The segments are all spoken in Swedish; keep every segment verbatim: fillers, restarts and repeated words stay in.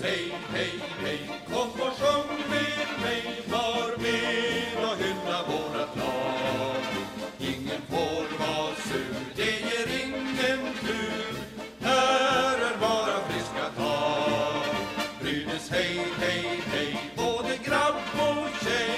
hej, hej, hej. Kom och sjung med mig, var med och hylla vårat lag. Ingen får vara sur, det ger ingen tur. Här är bara friska tag. Brynäs hej, hej, hej, både grabb och tjej.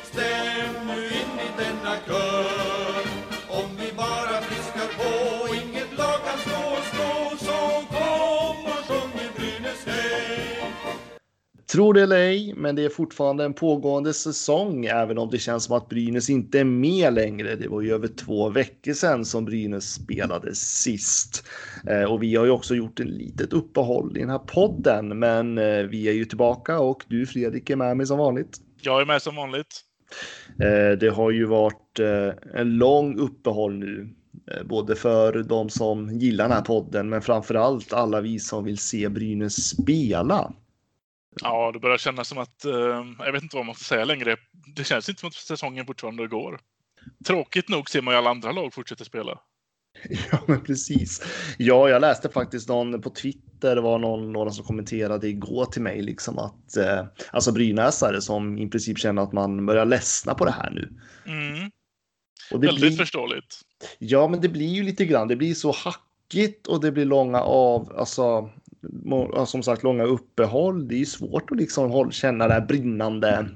Stäm nu in i denna kör. Om vi bara friskar på, inget lag kan slå och slå. Så kom och sjung med Brynäs hej. Tror det eller ej, men det är fortfarande en pågående säsong, även om det känns som att Brynäs inte är med längre. Det var ju över två veckor sedan som Brynäs spelade sist. Eh, och vi har ju också gjort en litet uppehåll i den här podden, men eh, vi är ju tillbaka och du Fredrik är med mig som vanligt. Jag är med som vanligt. Eh, det har ju varit eh, en lång uppehåll nu, eh, både för de som gillar den här podden, men framförallt alla vi som vill se Brynäs spela. Ja, det börjar kännas som att, eh, jag vet inte vad man ska säga längre. Det känns inte som att säsongen fortfarande går. Tråkigt nog ser man ju alla andra lag fortsätta spela. Ja, men precis. Ja, jag läste faktiskt någon på Twitter, det var någon, några som kommenterade igår till mig liksom att, eh, alltså brynäsare som i princip känner att man börjar ledsna på det här nu. Mm. Och det Väldigt blir, förståeligt. ja, men det blir ju lite grann, det blir så hackigt och det blir långa av, alltså som sagt långa uppehåll. Det är ju svårt att liksom hålla, känna det här brinnande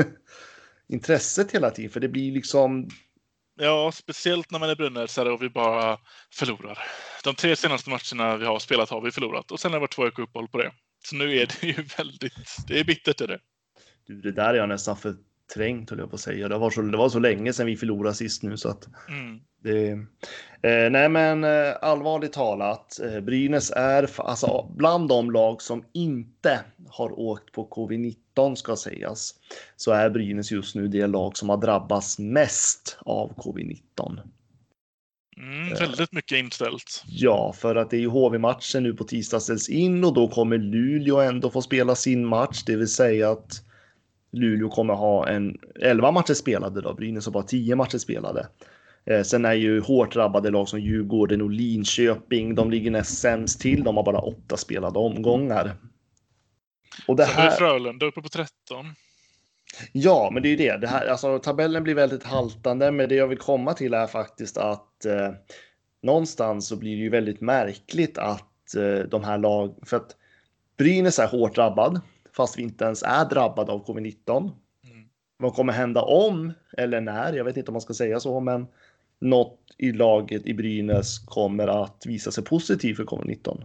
intresset hela tiden, för det blir liksom... Ja, speciellt när man är brynäsare och vi bara förlorar. De tre senaste matcherna vi har spelat har vi förlorat och sen har det varit två veckor uppehåll på det. Så nu är det ju väldigt, det är bittert är det. Du, det där är jag nästan förträngt, höll jag på att säga. Det var så, det var så länge sedan vi förlorade sist nu så att Mm. det... Eh, nej men eh, allvarligt talat, eh, Brynäs är alltså bland de lag som inte har åkt på covid nitton ska sägas, så är Brynäs just nu det lag som har drabbats mest av covid nitton. Mm, väldigt mycket inställt. Ja, för att det är ju H V-matchen nu på tisdag ställs in och då kommer Luleå ändå få spela sin match, det vill säga att Luleå kommer ha en elva matcher spelade då, Brynäs har bara tio matcher spelade. Eh, sen är ju hårt drabbade lag som Djurgården och Linköping, de ligger näst sämst till, de har bara åtta spelade omgångar. Och det så här... är Frölunda uppe på tretton. Ja, men det är ju det. det här, alltså, tabellen blir väldigt haltande, men det jag vill komma till är faktiskt att eh, någonstans så blir det ju väldigt märkligt att eh, de här lag, för att Brynäs är hårt drabbad, fast vi inte ens är drabbad av covid nitton. Mm. Vad kommer hända om, eller när, jag vet inte om man ska säga så, men något i laget i Brynäs kommer att visa sig positivt för covid nitton.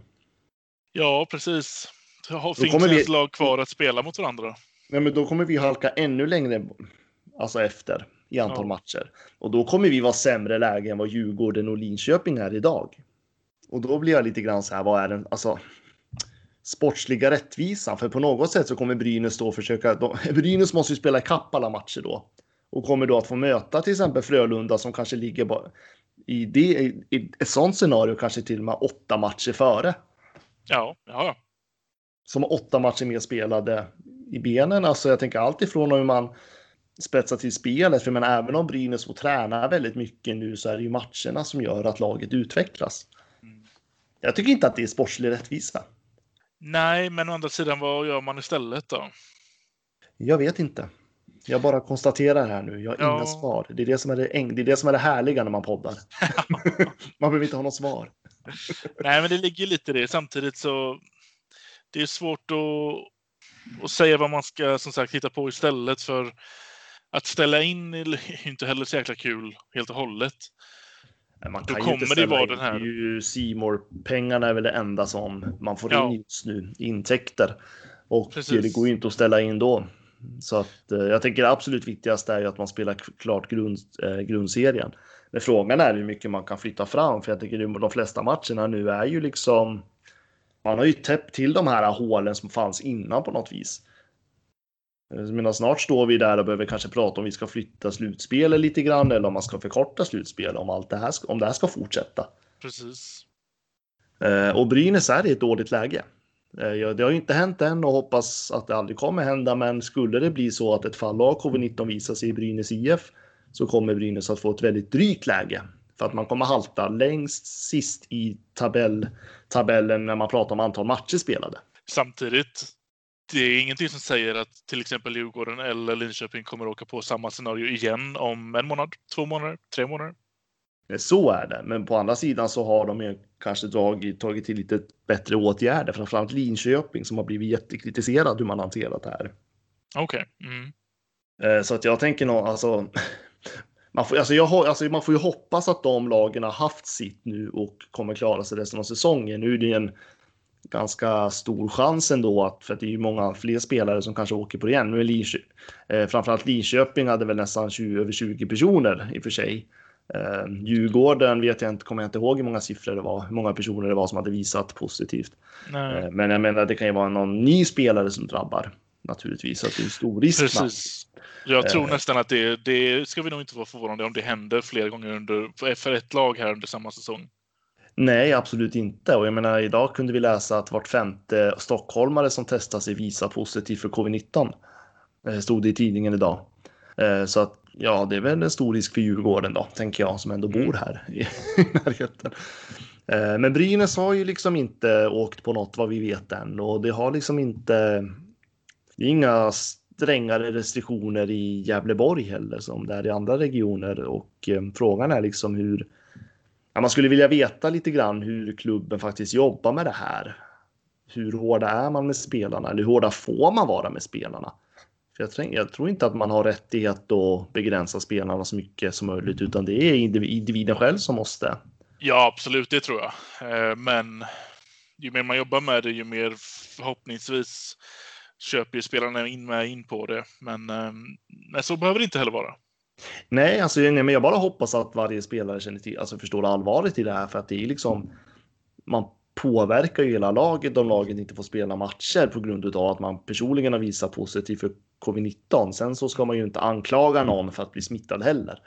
Ja, precis. Det har finns vi... ett lag kvar att spela mot varandra. Nej, men då kommer vi halka ännu längre alltså efter i antal ja. matcher. Och då kommer vi vara sämre läge än vad Djurgården och Linköping är idag. Och då blir jag lite grann så här, vad är den alltså, sportsliga rättvisan? För på något sätt så kommer Brynäs då försöka... De, Brynäs måste ju spela i kapp alla matcher då. Och kommer då att få möta till exempel Frölunda som kanske ligger bara i, det, i ett sånt scenario kanske till och med åtta matcher före. Ja, ja. Som har åtta matcher mer spelade i benen. Alltså jag tänker allt ifrån hur man spetsar till spelet. För men även om Brynäs får träna väldigt mycket nu så är det ju matcherna som gör att laget utvecklas. Mm. Jag tycker inte att det är sportslig rättvisa. Nej, men å andra sidan, vad gör man istället då? Jag vet inte. Jag bara konstaterar här nu. Jag har ja. inga svar. Det är det som är det, äng- det är det som är det härliga när man poddar. Man behöver inte ha något svar. Nej, men det ligger lite i det. Samtidigt så det är svårt att, att säga vad man ska som sagt hitta på istället, för att ställa in är inte heller så jäkla kul helt och hållet. Nej, man kan Då ju kommer inte det vara in. Den här. Det är ju C More pengarna är väl det enda som man får ja. in just nu, intäkter. Och Precis. Det går ju inte att ställa in då. Så att eh, jag tänker det absolut viktigaste är ju att man spelar klart grund, eh, grundserien. Men frågan är hur mycket man kan flytta fram, för jag tycker de flesta matcherna nu är ju liksom, man har ju täppt till de här hålen som fanns innan på något vis. Jag menar, snart står vi där och behöver kanske prata om vi ska flytta slutspelet lite grann eller om man ska förkorta slutspel, om allt det här ska, om det här ska fortsätta. Precis. Eh, och Brynäs är i ett dåligt läge. Eh, det har ju inte hänt än och hoppas att det aldrig kommer hända, men skulle det bli så att ett fall av covid nitton visar sig i Brynäs I F så kommer Brynäs att få ett väldigt drygt läge. För att man kommer halta längst sist i tabell, tabellen när man pratar om antal matcher spelade. Samtidigt, det är ingenting som säger att till exempel Djurgården eller Linköping kommer att åka på samma scenario igen om en månad, två månader, tre månader. Så är det, men på andra sidan så har de ju kanske tagit, tagit till lite bättre åtgärder, framförallt Linköping som har blivit jättekritiserad hur man hanterat det här. Okej. Okay. Mm. Så att jag tänker nog, alltså, man får, alltså, jag, alltså man får ju hoppas att de lagen har haft sitt nu och kommer klara sig resten av säsongen. Nu är det en ganska stor chans ändå, att, för att det är ju många fler spelare som kanske åker på det igen. Nu är Linköping, eh, framförallt Linköping hade väl nästan tjugo, över tjugo personer i och för sig. Eh, Djurgården vet jag inte, kommer jag inte ihåg hur många siffror det var, hur många personer det var som hade visat positivt. Eh, men jag menar, det kan ju vara någon ny spelare som drabbar naturligtvis, så att det är en stor risk. Precis. Jag tror eh, nästan att det, det ska vi nog inte vara förvånade om det händer flera gånger under, för ett lag här under samma säsong. Nej, absolut inte. Och jag menar, idag kunde vi läsa att vart femte stockholmare som testar sig visar positivt för covid nitton. Eh, stod det i tidningen idag. Eh, så att ja, det är väl en stor risk för Djurgården då, tänker jag, som ändå bor här i, i närheten. Eh, men Brynäs har ju liksom inte åkt på något vad vi vet än, och det har liksom inte, det är inga strängare restriktioner i Gävleborg heller som det är i andra regioner, och eh, frågan är liksom hur, ja, man skulle vilja veta lite grann hur klubben faktiskt jobbar med det här. Hur hårda är man med spelarna, eller hur hårda får man vara med spelarna? För jag, tror, jag tror inte att man har rättighet att begränsa spelarna så mycket som möjligt, utan det är individen själv som måste. Ja, absolut, det tror jag. Men ju mer man jobbar med det, ju mer förhoppningsvis köper ju spelarna in med in på det. Men nej, så behöver det inte heller vara. Nej, alltså, nej, men jag bara hoppas att varje spelare känner till, alltså förstår allvaret i det här, för att det är liksom, man påverkar ju hela laget om laget inte får spela matcher på grund av att man personligen har visat positivt för covid nitton. Sen så ska man ju inte anklaga någon för att bli smittad heller.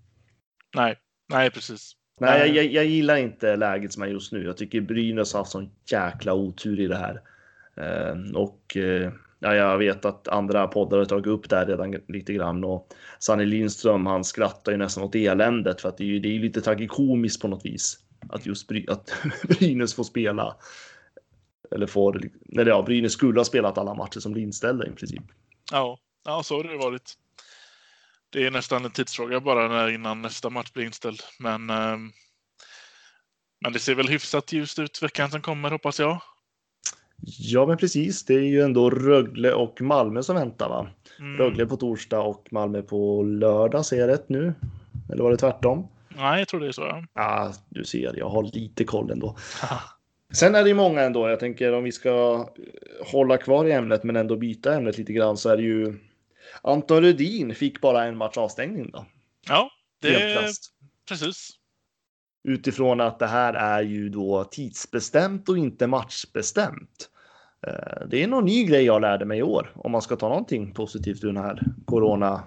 Nej, nej precis. Nej, jag, jag, jag gillar inte läget som är just nu. Jag tycker Brynäs har haft sån jäkla otur i det här. Eh, och eh, ja, jag vet att andra poddar har tagit upp det här redan lite grann. Och Sanny Lindström, han skrattar ju nästan åt eländet, för att det är ju, det är ju lite tragikomiskt på något vis. Att just Bry, att Brynäs får spela. Eller får, eller ja, Brynäs skulle ha spelat alla matcher som blir inställda i princip. Ja, ja, så har det varit. Det är nästan en tidsfråga bara när innan nästa match blir inställd. Men, eh, men det ser väl hyfsat ljust ut veckan som kommer, hoppas jag. Ja, men precis. Det är ju ändå Rögle och Malmö som väntar, va? Mm. Rögle på torsdag och Malmö på lördag, ser jag rätt nu? Eller var det tvärtom? Nej, jag tror det är så. Ja, ah, du ser, jag har lite koll ändå. Sen är det ju många ändå. Jag tänker om vi ska hålla kvar i ämnet men ändå byta ämnet lite grann, så är det ju Anton Rudin fick bara en match avstängning då. Ja, det är precis. Utifrån att det här är ju då tidsbestämt och inte matchbestämt. Det är någon ny grej jag lärde mig i år, om man ska ta någonting positivt ur den här corona.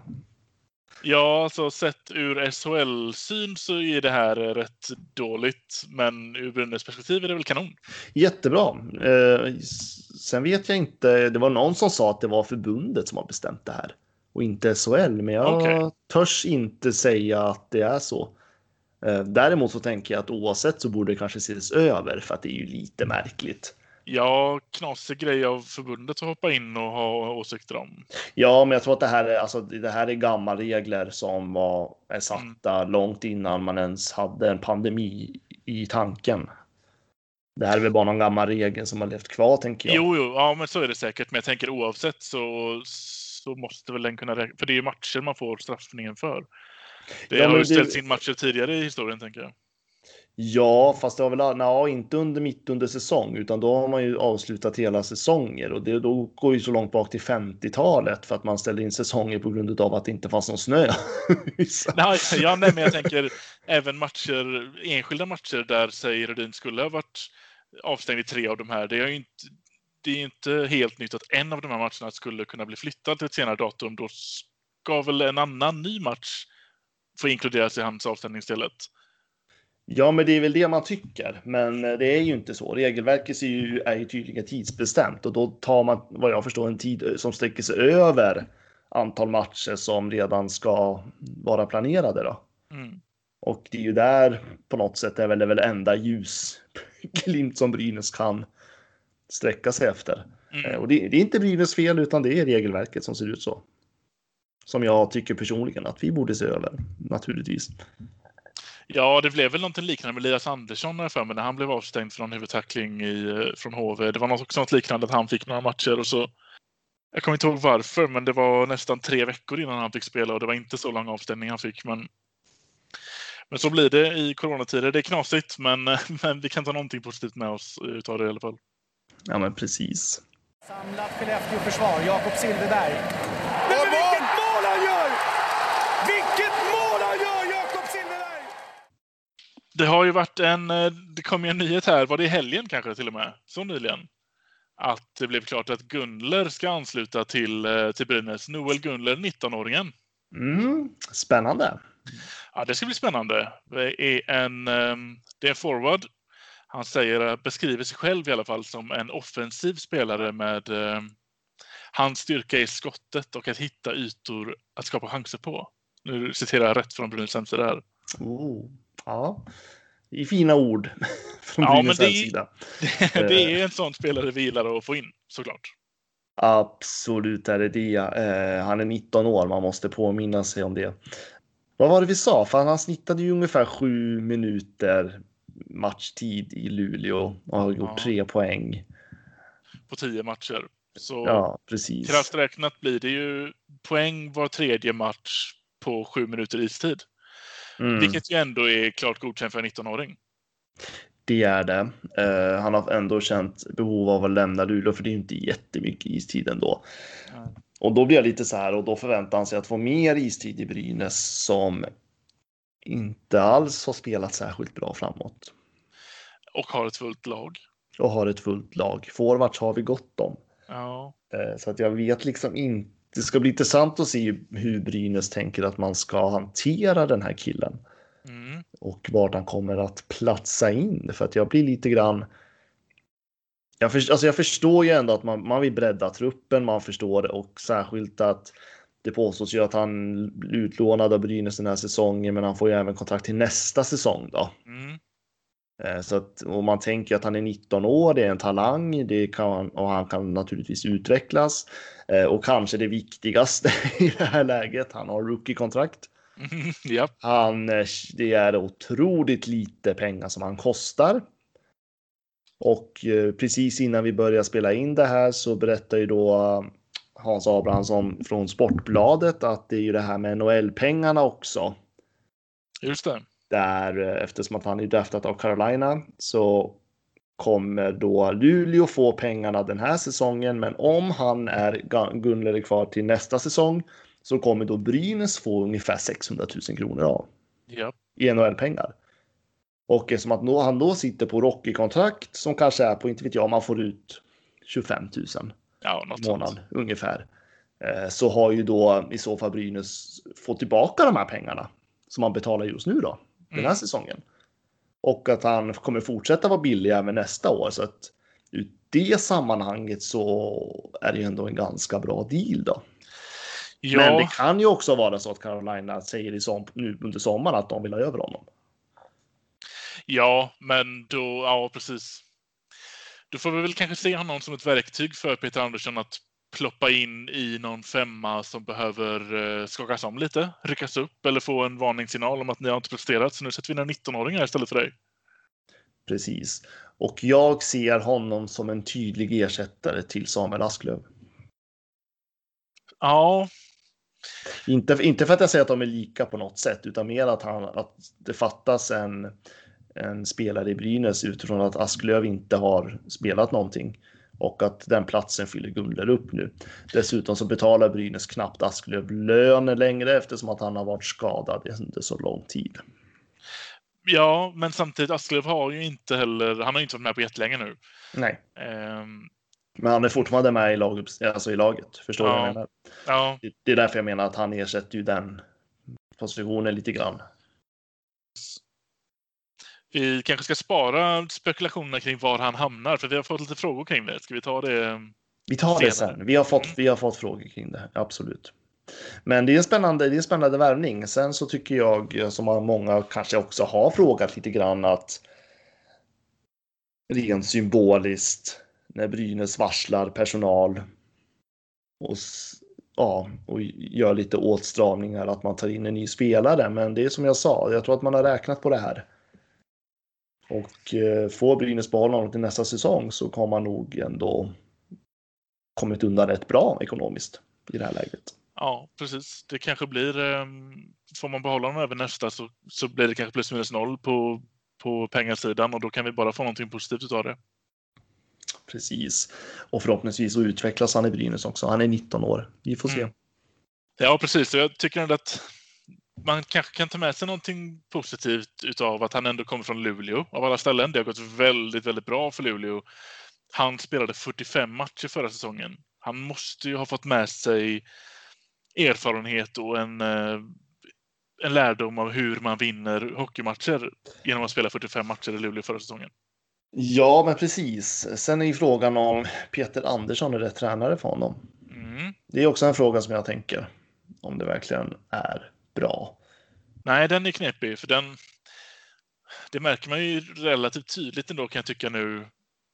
Ja, alltså sett ur S H L-syn så är det här rätt dåligt, men ur Brynäs perspektiv är det väl kanon. Jättebra. Eh, sen vet jag inte, det var någon som sa att det var förbundet som har bestämt det här och inte S H L, men jag okay. törs inte säga att det är så. Eh, däremot så tänker jag att oavsett så borde det kanske ses över, för att det är ju lite märkligt. Ja, knasig grej av förbundet att hoppa in och ha åsikter om. Ja, men jag tror att det här är, alltså, det här är gamla regler som var är satta mm. långt innan man ens hade en pandemi i tanken. Det här är väl bara någon gammal regel som har levt kvar, tänker jag. Jo, jo, ja, men så är det säkert. Men jag tänker oavsett så, så måste väl den kunna räkna. För det är ju matcher man får straffningen för. Det ja, har ju ställts det... in matcher tidigare i historien, tänker jag. Ja, fast det var väl na, inte under mitt under säsong, utan då har man ju avslutat hela säsonger, och det då går ju så långt bak till femtiotalet för att man ställde in säsonger på grund av att det inte fanns någon snö. nej, ja, nej, men jag tänker även matcher, enskilda matcher där säger Rudin skulle ha varit avstängd i tre av de här. Det är ju inte, det är inte helt nytt att en av de här matcherna skulle kunna bli flyttad till ett senare datum. Då ska väl en annan ny match få inkluderas i hans avstängning istället. Ja, men det är väl det man tycker. Men det är ju inte så. Regelverket är ju, är ju tydligen tidsbestämt. Och då tar man, vad jag förstår, en tid som sträcker sig över antal matcher som redan ska vara planerade då. Mm. Och det är ju där på något sätt är väl det väl enda ljusglimt som Brynäs kan sträcka sig efter. Mm. Och det, det är inte Brynäs fel, utan det är regelverket som ser ut så. Som jag tycker personligen att vi borde se över, naturligtvis. Ja, det blev väl någonting liknande med Elias Andersson för mig när han blev avstängd från huvudtackling i, från H V. Det var också något liknande att han fick några matcher och så. Jag kommer inte ihåg varför, men det var nästan tre veckor innan han fick spela och det var inte så lång avstängning han fick. Men, men så blir det i coronatider. Det är knasigt, men, men vi kan ta någonting positivt med oss utav det i alla fall. Ja, men precis. Samlat Skellefteå-försvar, Jakob Silfverberg. Men vilket mål han gör! Vilket mål han gör, Jakob Silfverberg! Det har ju varit en... Det kom ju en nyhet här, var det i helgen kanske till och med? Så nyligen. Att det blev klart att Gunler ska ansluta till, till Brynäs. Noel Gunler, nittonåringen. Mm, spännande. Ja, det ska bli spännande. Det är en, det är en forward. Han säger, beskriver sig själv i alla fall som en offensiv spelare med eh, hans styrka i skottet och att hitta ytor att skapa chanser på. Nu citerar jag rätt från Brynäs hemsida här. Oh, ja, det är fina ord från ja, Brynäs men det, hemsida. Det, det är en sån spelare vi gillar att få in, såklart. Absolut är det det. Eh, han är nitton år, man måste påminna sig om det. Vad var det vi sa? För han snittade ju ungefär sju minuter matchtid i Luleå och har gjort ja. tre poäng. På tio matcher. Så ja, precis. Krasst räknat blir det ju poäng var tredje match på sju minuter istid. Mm. Vilket ju ändå är klart godkänt för en nittonåring. Det är det. Uh, han har ändå känt behov av att lämna Luleå för det är ju inte jättemycket istid ändå. Mm. Och då blir jag lite så här och då förväntar han sig att få mer istid i Brynäs som inte alls har spelat särskilt bra framåt. Och har ett fullt lag. Och har ett fullt lag. Forwards har vi gott om. Ja. Så att jag vet liksom inte. Det ska bli intressant att se hur Brynäs tänker att man ska hantera den här killen. Mm. Och vart han kommer att platsa in. För att jag blir lite grann. Jag, för, alltså jag förstår ju ändå att man, man vill bredda truppen. Man förstår det. Och särskilt att det påstås ju att han utlånade av Brynäs den här säsongen. Men han får ju även kontrakt till nästa säsong då. Mm. Så att om man tänker att han är nitton år, det är en talang, det kan, och han kan naturligtvis utvecklas. Och kanske det viktigaste i det här läget, han har rookie-kontrakt. Mm, ja. Han, det är otroligt lite pengar som han kostar. Och precis innan vi börjar spela in det här så berättar ju då Hans Abrahamsson från Sportbladet att det är ju det här med N H L-pengarna också. Just det. Där eftersom att han är draftat av Carolina så kommer då Luleå få pengarna den här säsongen. Men om han är Gunler kvar till nästa säsong så kommer då Brynäs få ungefär sexhundratusen kronor av. Yep. I N H L-pengar. Och eftersom att han då sitter på Rocky-kontrakt som kanske är på, inte vet jag, man får ut tjugofem tusen ja, i månaden ungefär. Så har ju då i så fall Brynäs fått tillbaka de här pengarna som han betalar just nu då. Den här mm. säsongen. Och att han kommer fortsätta vara billig även nästa år. Så att i det sammanhanget så är det ju ändå en ganska bra deal då. Ja. Men det kan ju också vara så att Carolina säger i som, nu under sommaren att de vill ha över honom. Ja, men då, ja precis. Då får vi väl kanske se honom som ett verktyg för Peter Andersson att ploppa in i någon femma som behöver eh, skakas om lite, ryckas upp eller få en varningssignal om att ni har inte presterat. Så nu sätter vi en nittonåring här istället för dig. Precis. Och jag ser honom som en tydlig ersättare till Samuel Asklöv. Ja. Inte, inte för att jag säger att de är lika på något sätt, utan mer att, han, att det fattas en, en spelare i Brynäs utifrån att Asklöv inte har spelat någonting. Och att den platsen fyller Gunler upp nu. Dessutom så betalar Brynäs knappt Asklöv lön längre eftersom att han har varit skadad under så lång tid. Ja, men samtidigt Asklöv har ju inte heller, han har ju inte varit med på jättelänge nu. Nej. Um... Men han är fortfarande med i, lag, alltså i laget, förstår du ja. vad jag menar? Ja. Det, det är därför jag menar att han ersätter ju den positionen lite grann. Vi kanske ska spara spekulationerna kring var han hamnar, för vi har fått lite frågor kring det. Ska vi ta det? Vi tar senare? Det sen. Vi har fått, mm. vi har fått frågor kring det, absolut. Men det är en spännande, det är en spännande värvning. Sen så tycker jag, som många kanske också har frågat lite grann, att rent symboliskt, när Brynäs varslar personal och, ja, och gör lite åtstramningar, att man tar in en ny spelare. Men det är som jag sa, jag tror att man har räknat på det här. Och eh, får Brynäs behålla något till nästa säsong så kommer man nog ändå kommit undan rätt bra ekonomiskt i det här läget. Ja, precis. Det kanske blir, får man behålla dem över nästa så, så blir det kanske plus minus noll på, på pengarsidan och då kan vi bara få någonting positivt av det. Precis. Och förhoppningsvis så utvecklas han i Brynäs också. Han är nitton år. Vi får se. Mm. Ja, precis. Jag tycker ändå att man kanske kan ta med sig någonting positivt utav att han ändå kommer från Luleå av alla ställen. Det har gått väldigt, väldigt bra för Luleå. Han spelade fyrtiofem matcher förra säsongen. Han måste ju ha fått med sig erfarenhet och en, en lärdom av hur man vinner hockeymatcher genom att spela fyrtiofem matcher i Luleå förra säsongen. Ja, men precis. Sen är ju frågan om Peter Andersson är rätt tränare för honom. Mm. Det är också en fråga som jag tänker om det verkligen är bra. Nej, den är knepig för den det märker man ju relativt tydligt ändå kan jag tycka nu.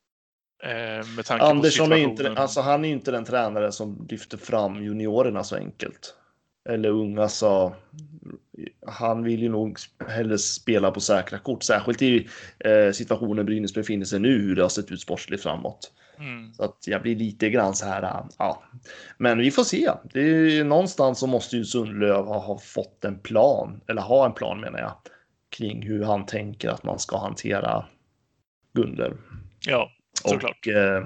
Med tanke Andersson är inte, alltså han är inte den tränare som lyfter fram juniorerna så enkelt. Eller unga så han vill ju nog hellre spela på säkra kort, särskilt i eh, situationen Brynäs befinner sig nu, hur det har sett ut sportsligt framåt. Mm. Så att jag blir lite grann så här, ja. Men vi får se. Det är, någonstans så måste ju Sundlöv ha, ha fått en plan, eller ha en plan menar jag, kring hur han tänker att man ska hantera Gunder. Ja. Såklart. Och, eh,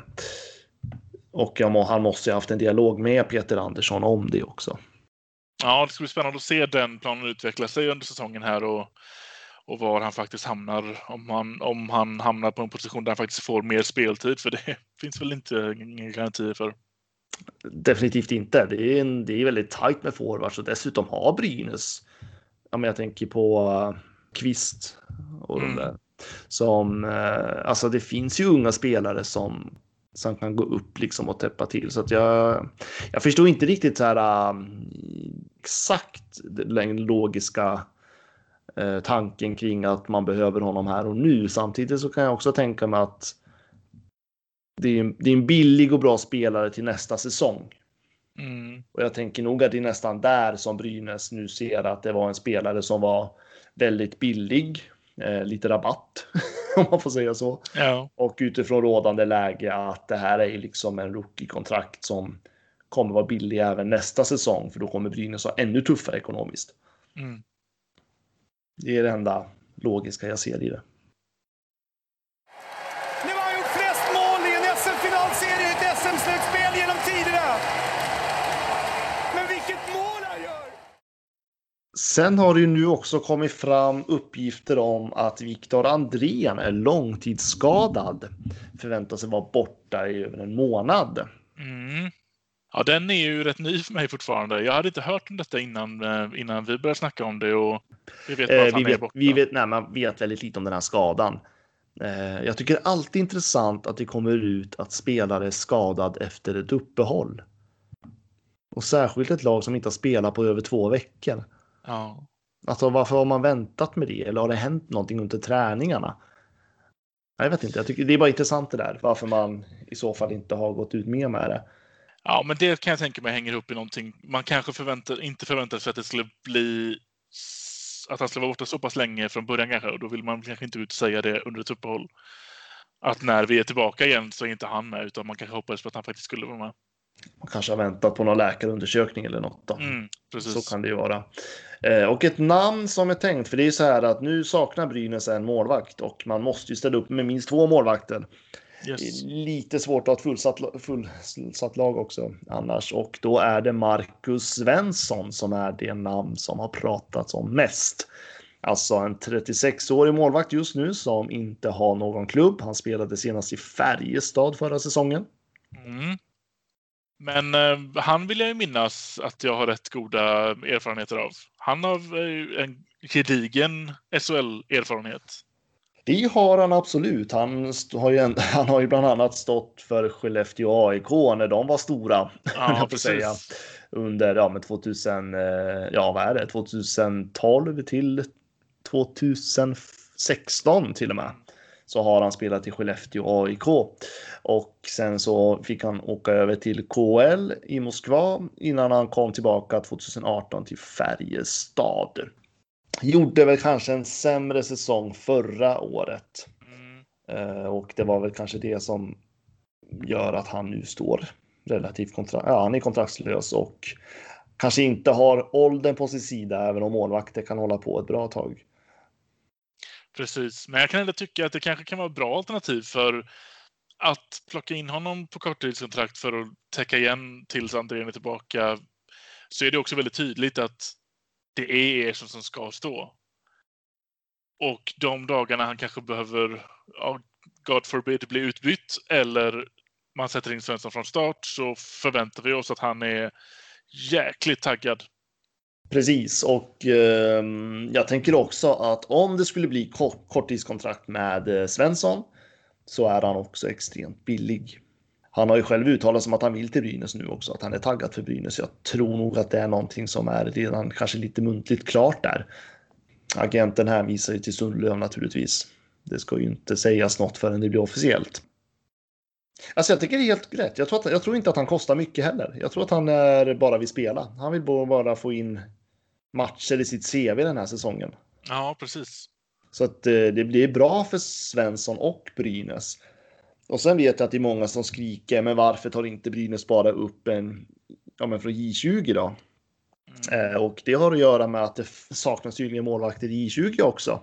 och ja, han måste ju ha haft en dialog med Peter Andersson om det också. Ja, det ska bli spännande att se den planen utveckla sig under säsongen här och, och var han faktiskt hamnar. Om han, om han hamnar på en position där han faktiskt får mer speltid, för det finns väl inte ingen garanti för. Definitivt inte. Det är, en, det är väldigt tajt med forwards och dessutom har Brynäs. Ja, men jag tänker på uh, Kvist och mm. de där. Som, eh, alltså det finns ju unga spelare som, som kan gå upp liksom och täppa till. Så att jag, jag förstår inte riktigt så här um, exakt den logiska eh, tanken kring att man behöver honom här och nu. Samtidigt så kan jag också tänka mig att det är, det är en billig och bra spelare till nästa säsong. Mm. Och jag tänker nog att det är nästan där som Brynäs nu ser att det var en spelare som var väldigt billig. Eh, lite rabatt om man får säga så. Ja. Och utifrån rådande läge att det här är liksom en rookie-kontrakt som kommer vara billig även nästa säsong, för då kommer Brynäs ha ännu tuffare ekonomiskt. Mm. Det är det enda logiska jag ser i det. Nu har han gjort flest mål i en S M-finalserie, ett S M-slutspel genom tiderna. Men vilket mål han gör! Sen har det ju nu också kommit fram uppgifter om att Viktor Andrén är långtidsskadad. Förväntar sig vara borta i över en månad. Mm. Ja, den är ju rätt ny för mig fortfarande. Jag hade inte hört om detta innan, innan vi började snacka om det. Och vi vet bara att han vi vet, är borta. Vi vet, nej, man vet väldigt lite om den här skadan. Jag tycker alltid intressant att det kommer ut att spelare är skadad efter ett uppehåll. Och särskilt ett lag som inte har spelat på över två veckor. Ja. Alltså varför har man väntat med det? Eller har det hänt någonting under träningarna? Jag vet inte, jag tycker det är bara intressant det där. Varför man i så fall inte har gått ut mer med det. Ja, men det kan jag tänka mig hänger upp i någonting. Man kanske förväntar, inte förväntar sig att det skulle bli att han skulle vara borta så pass länge från början kanske. Och då vill man kanske inte ut och säga det under ett uppehåll. Att när vi är tillbaka igen så är inte han med, utan man kanske hoppas på att han faktiskt skulle vara med. Man kanske har väntat på någon läkarundersökning eller något då. Mm, så kan det ju vara. Eh, och ett namn som är tänkt, för det är så här att nu saknar Brynäs en målvakt och man måste ju ställa upp med minst två målvakter. Yes. Lite svårt att ha ett fullsatt, fullsatt lag också annars. Och då är det Marcus Svensson som är det namn som har pratats om mest. Alltså en trettiosex-årig målvakt just nu som inte har någon klubb. Han spelade senast i Färjestad förra säsongen. Mm. Men eh, han vill jag ju minnas att jag har rätt goda erfarenheter av. Han har eh, en gedigen S H L-erfarenhet. Det har han absolut. Han har ju, en, han har ju bland annat stått för Skellefteå A I K när de var stora. Ja, jag får säga. Under ja, med tvåtusen, ja, vad är det? tjugotolv till tjugosexton till och med. så har han spelat i Skellefteå och A I K. Och sen så fick han åka över till K L i Moskva innan han kom tillbaka tjugoarton till Färjestad. Gjorde väl kanske en sämre säsong förra året. Mm. Och det var väl kanske det som gör att han nu står relativt kontrakt. Ja, han är kontraktslös och kanske inte har åldern på sin sida, även om målvakter kan hålla på ett bra tag. Precis, men jag kan ändå tycka att det kanske kan vara ett bra alternativ för att plocka in honom på korttidskontrakt för att täcka igen tills Andrén är tillbaka. Så är det också väldigt tydligt att det är er som, som ska stå. Och de dagarna han kanske behöver, ja, God forbid, bli utbytt eller man sätter in Svensson från start, så förväntar vi oss att han är jäkligt taggad. Precis, och eh, jag tänker också att om det skulle bli kort, korttidskontrakt med eh, Svensson så är han också extremt billig. Han har ju själv uttalat som att han vill till Brynäs nu också, att han är taggad för Brynäs. Jag tror nog att det är någonting som är redan kanske lite muntligt klart där. Agenten hänvisar ju till Sundlöv naturligtvis. Det ska ju inte sägas något förrän det blir officiellt. Alltså jag tycker det är helt rätt. Jag tror, att, jag tror inte att han kostar mycket heller. Jag tror att han är bara vill spela. Han vill bara få in matcher i sitt C V den här säsongen. Ja, precis. Så att eh, det blir bra för Svensson och Brynäs. Och sen vet jag att det är många som skriker, men varför tar inte Brynäs bara upp en, ja men från J tjugo då? Mm. Eh, och det har att göra med att det saknas tydligen målvakter i J tjugo också.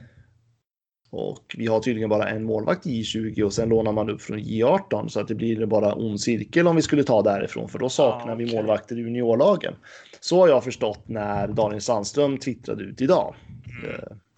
Och vi har tydligen bara en målvakt i J tjugo och sen lånar man upp från J arton, så att det blir bara ond cirkel om vi skulle ta därifrån, för då saknar ah, okay. vi målvakter i juniorlagen. Så har jag förstått när Daniel Sandström twittrade ut idag. Mm.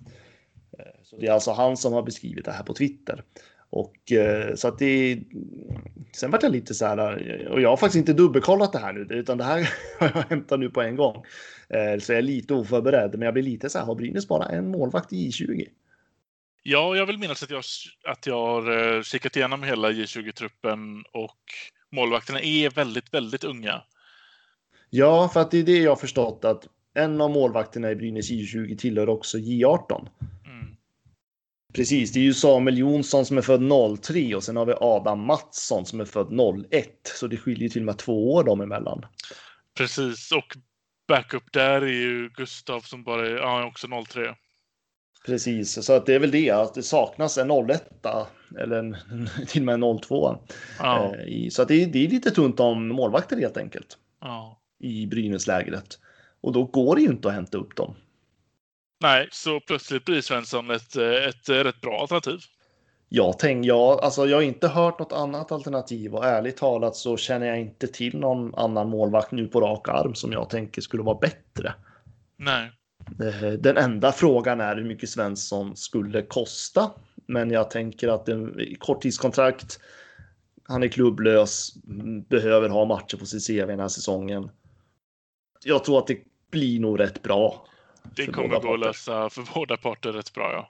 Så det är alltså han som har beskrivit det här på Twitter. Och så att det, sen var det lite så här, och jag har faktiskt inte dubbelkollat det här nu, utan det här har jag hämtat nu på en gång. Så jag är lite oförberedd, men jag blir lite så här, har Brynäs bara en målvakt i J tjugo? Ja, jag vill minnas att jag, att jag har kikat igenom hela J tjugo-truppen och målvakterna är väldigt, väldigt unga. Ja, för att det är det jag har förstått, att en av målvakterna i Brynäs J tjugo tillhör också J arton. Mm. Precis, det är ju Samuel Jonsson som är född noll tre och sen har vi Adam Mattsson som är född noll ett. Så det skiljer till och med två år dem emellan. Precis, och backup där är ju Gustav som bara är, ja, också noll tre. Precis, så att det är väl det att det saknas en noll ett eller en, till och med en noll två. Ja. Eh, så att det är, det är lite tunt om målvakter helt enkelt. Ja. I Brynäslägret. Och då går det ju inte att hämta upp dem. Nej, så plötsligt blir Svensson ett, ett, ett rätt bra alternativ. Jag tänk, jag, alltså jag har inte hört något annat alternativ och ärligt talat så känner jag inte till någon annan målvakt nu på rak arm som jag tänker skulle vara bättre. Nej. Den enda frågan är hur mycket Svensson skulle kosta. Men jag tänker att en korttidskontrakt, han är klubblös, behöver ha matcher på sitt C V den här säsongen. Jag tror att det blir nog rätt bra. Det kommer gå att lösa för båda parter rätt bra, ja.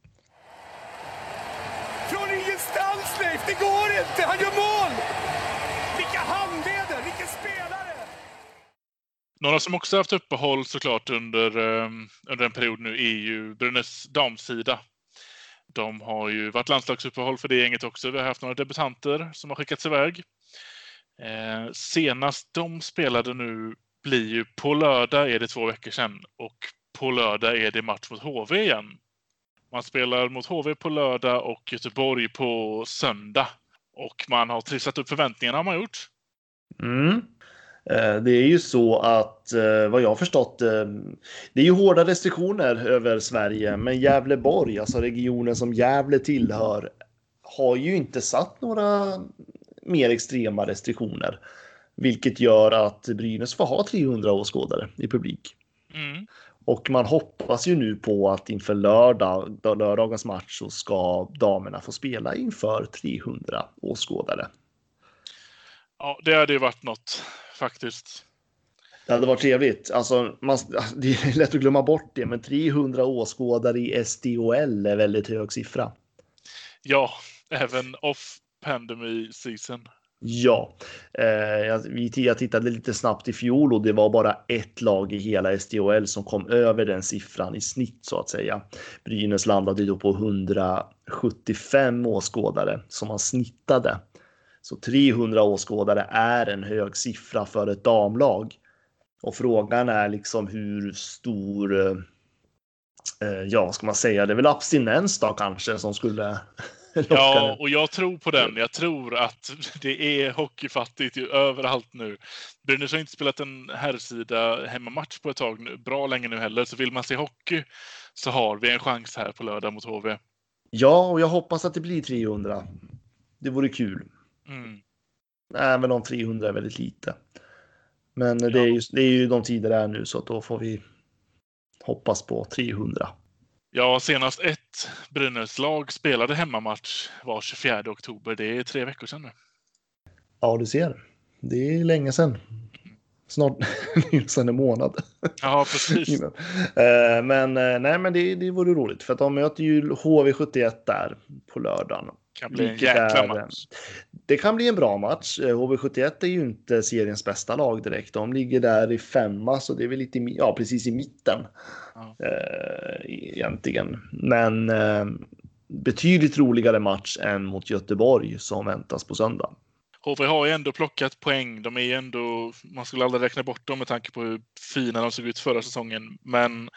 Från ingenstans, Leif! Det går inte! Han gör mål! Vilka handleder! Vilken spelare! Några som också haft uppehåll såklart under, um, under en period nu är ju Brynäs damsida. De har ju varit landslagsuppehåll för det gänget också. Vi har haft några debutanter som har skickats iväg. Eh, senast de spelade nu blir ju på lördag, är det två veckor sedan. Och på lördag är det match mot H V igen. Man spelar mot H V på lördag och Göteborg på söndag. Och man har trissat upp förväntningarna, har man gjort. Mm. Det är ju så att, vad jag har förstått, det är ju hårda restriktioner över Sverige, men Gävleborg, alltså regionen som Gävle tillhör, har ju inte satt några mer extrema restriktioner, vilket gör att Brynäs får ha trehundra åskådare i publik. Mm. Och man hoppas ju nu på att inför lördag, lördagens match så ska damerna få spela inför trehundra åskådare. Ja, det hade ju varit något faktiskt. Det hade varit trevligt. Alltså, man, det är lätt att glömma bort det, men trehundra åskådare i S D O L är väldigt hög siffra. Ja, även off pandemic season. Ja, eh, jag, vi, jag tittade lite snabbt i fjol och det var bara ett lag i hela S D H L som kom över den siffran i snitt så att säga. Brynäs landade då på hundrasjuttiofem åskådare som man snittade. Så trehundra åskådare är en hög siffra för ett damlag. Och frågan är liksom hur stor, eh, ja ska man säga, det är väl abstinens då kanske som skulle... Ja, och jag tror på den. Jag tror att det är hockeyfattigt överallt nu. Brynäs har inte spelat en herrsida hemmamatch på ett tag nu, bra länge nu heller. Så vill man se hockey så har vi en chans här på lördag mot H V. Ja, och jag hoppas att det blir trehundra. Det vore kul. Mm. Även om trehundra är väldigt lite. Men det är, ju, det är ju de tider det är nu så att då får vi hoppas på trehundra. Ja, senast ett Brynäs-lag spelade hemmamatch var tjugofjärde oktober. Det är tre veckor sedan nu. Ja, du ser. Det är länge sedan. Snart sedan en månad. Ja, precis. Men nej, men det, det vore roligt. För att de möter ju H V sjuttioett där på lördagen. Kan bli en jäkla är, match. Det kan bli en bra match. H V sjuttioett är ju inte seriens bästa lag direkt. De ligger där i femma så det är väl lite ja, precis i mitten. Ja. Eh, egentligen. Men eh, betydligt roligare match än mot Göteborg som väntas på söndag. H V har ju ändå plockat poäng. De är ju ändå, man skulle aldrig räkna bort dem med tanke på hur fina de såg ut förra säsongen. Men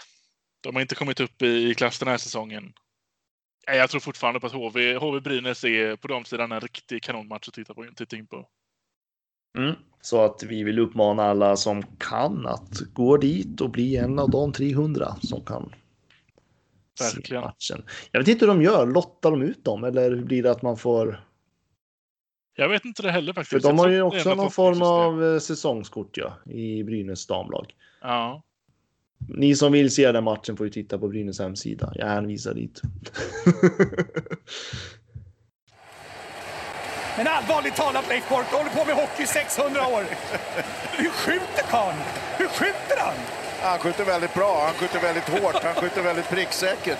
de har inte kommit upp i, i klass den här säsongen. Jag tror fortfarande på att H V, H V Brynäs är på de sidan en riktig kanonmatch att titta, på, titta in på. Mm. Så att vi vill uppmana alla som kan att gå dit och bli en av de trehundra som kan Verkligen. se matchen. Jag vet inte hur de gör. Lottar de ut dem eller hur blir det att man får... Jag vet inte det heller faktiskt. För de har ju också någon form av säsongskort ja, i Brynäs damlag. Ja. Ni som vill se den matchen får ju titta på Brynäs hemsida. Jag hänvisar dit. Men allvarligt talat, Leif Boork, håller på med hockey i sexhundra år. Hur skjuter karln? Hur skjuter han? Han skjuter väldigt bra, han skjuter väldigt hårt, han skjuter väldigt pricksäkert.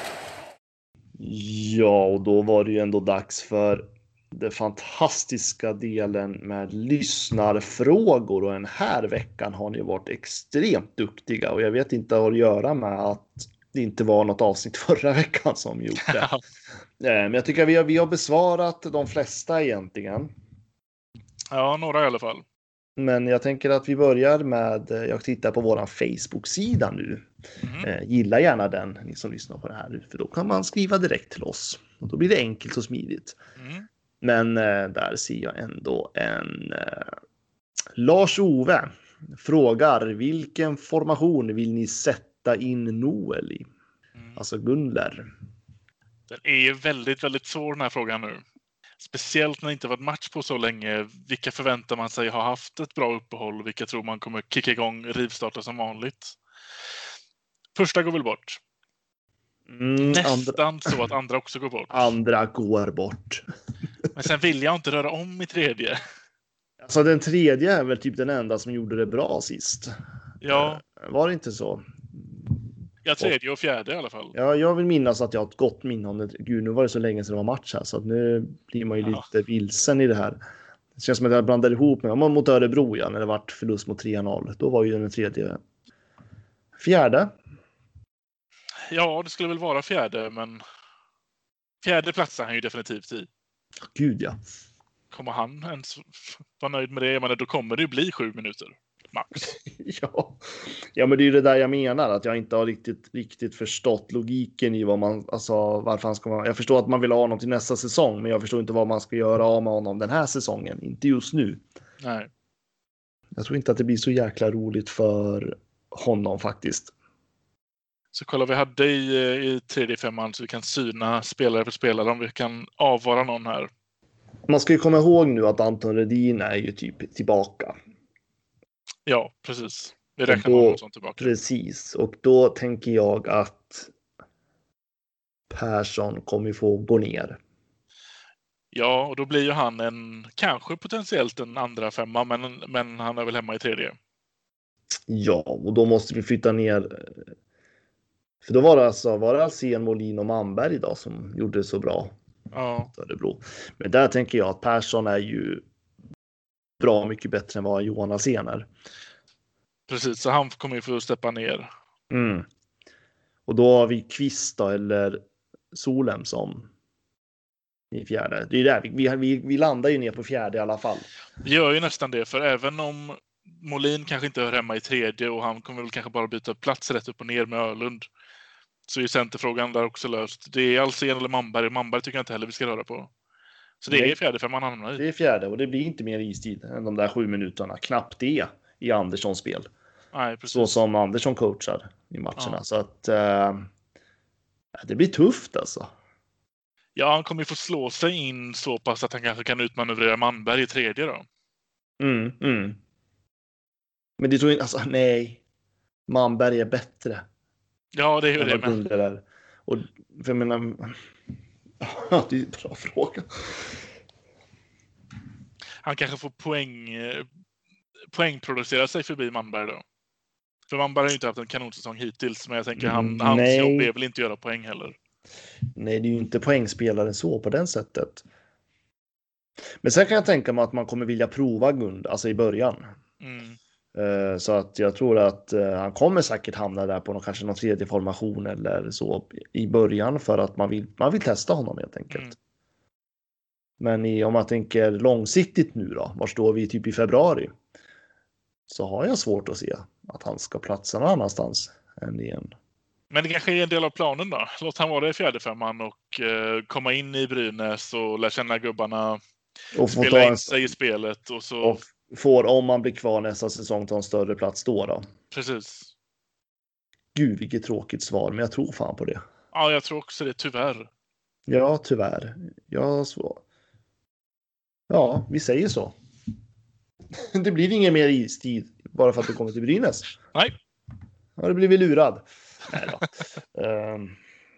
Ja, och då var det ju ändå dags för den fantastiska delen med lyssnarfrågor. Och den här veckan har ni varit extremt duktiga. Och jag vet inte vad det göra med att det inte var något avsnitt förra veckan som gjorde det. Men jag tycker att vi har, vi har besvarat de flesta egentligen. Ja, några i alla fall. Men jag tänker att vi börjar med, jag tittar på våran Facebook-sida nu. Mm. Eh, gilla gärna den, ni som lyssnar på det här nu. För då kan man skriva direkt till oss. Och då blir det enkelt och smidigt. Mm. Men eh, där ser jag ändå en eh, Lars-Ove frågar vilken formation vill ni sätta in Noel i? Mm. Alltså Gunler. Den är ju väldigt, väldigt svår den här frågan nu. Speciellt när det inte varit match på så länge. Vilka förväntar man sig har haft ett bra uppehåll? Vilka tror man kommer kicka igång rivstarta som vanligt? Första går väl bort. Mm, Nästan andra... så att andra också går bort. Andra går bort. Men sen vill jag inte röra om i tredje. Alltså den tredje är väl typ den enda som gjorde det bra sist. Ja. Var det inte så? Ja, tredje och fjärde i alla fall. Ja, jag vill minnas att jag har ett gott minne om det. Gud, nu var det så länge sedan det var match här. Så att nu blir man ju ja. lite vilsen i det här. Det känns som att jag blandade ihop med man mot Örebro, ja, när det var förlust mot tre noll. Då var ju den tredje. Fjärde. Ja, det skulle väl vara fjärde, men fjärde platsen är han ju definitivt i. Gud, ja. Kommer han ens vara nöjd med det? Jag menar, då kommer det ju bli sju minuter. Max. ja. ja, men det är ju det där jag menar. Att jag inte har riktigt, riktigt förstått logiken i vad man, alltså varför han ska vara. Jag förstår att man vill ha honom till nästa säsong. Men jag förstår inte vad man ska göra av med honom den här säsongen. Inte just nu. Nej. Jag tror inte att det blir så jäkla roligt för honom faktiskt. Så kolla, vi hade i, i tredje femman så vi kan syna spelare för spelare om vi kan avvara någon här. Man ska ju komma ihåg nu att Anton Redin är ju typ tillbaka. Ja, precis. Vi räknar med honom som tillbaka. Precis, och då tänker jag att Persson kommer få gå ner. Ja, och då blir ju han en, kanske potentiellt en andra femma, men, men han är väl hemma i tredje. Ja, och då måste vi flytta ner. För då var det alltså, var det Alsen, Molin och Manberg idag som gjorde det så bra. Ja. Men där tänker jag att Persson är ju bra mycket bättre än vad Johan Alsen är. Precis, så han kommer ju få steppa ner. Mm. Och då har vi Kvist då, eller Solem som i fjärde. Det är där vi, vi, vi landar ju ner på fjärde i alla fall. Vi gör ju nästan det, för även om Molin kanske inte hör hemma i tredje och han kommer väl kanske bara byta plats rätt upp och ner med Öhlund, så är centerfrågan där också löst. Det är Alsen eller Manberg. Manberg tycker jag inte heller vi ska röra på. Så det Nej. är fjärde för man hamnar i. Det är fjärde och det blir inte mer istid än de där sju minuterna. Knappt det i Anderssons spel. Nej, precis. Så som Andersson coachar i matcherna. Ja. Så att uh, det blir tufft alltså. Ja, han kommer ju få slå sig in så pass att han kanske kan utmanövrera Manberg i tredje då. Mm, mm. Men det tror jag alltså, nej. Manberg är bättre. Ja, det är ju det. Men... Där. Och för jag menar... Ja, det är en bra fråga. Han kanske får poäng, poängproducera sig förbi Manberg då. För Manberg har ju inte haft en kanonsäsong hittills, men jag tänker han, Mm, hans nej. jobb är väl inte att göra poäng heller. Nej, det är ju inte poängspelare så på den sättet. Men sen kan jag tänka mig att man kommer vilja prova Gund, alltså i början. Mm. Uh, så att jag tror att uh, han kommer säkert hamna där på någon, kanske någon tredje formation eller så i början för att man vill, man vill testa honom helt enkelt. Mm. Men i, om man tänker långsiktigt nu då, var står vi typ i februari? Så har jag svårt att se att han ska platsa någon annanstans än igen. Men det kanske är en del av planen då. Låt han vara det i fjärde femman och eh, komma in i Brynäs och lära känna gubbarna, Och få spela ta in en, sig i spelet och så. och får, om man blir kvar nästa säsong, ta en större plats då då. Precis. Gud, vilket tråkigt svar, men jag tror fan på det. Ja, jag tror också det, tyvärr. Ja, tyvärr. Ja, så. Ja, vi säger så. Det blir ingen mer istid bara för att du kommer till Brynäs. Nej. Ja, det blir vi lurad. Nej då. um,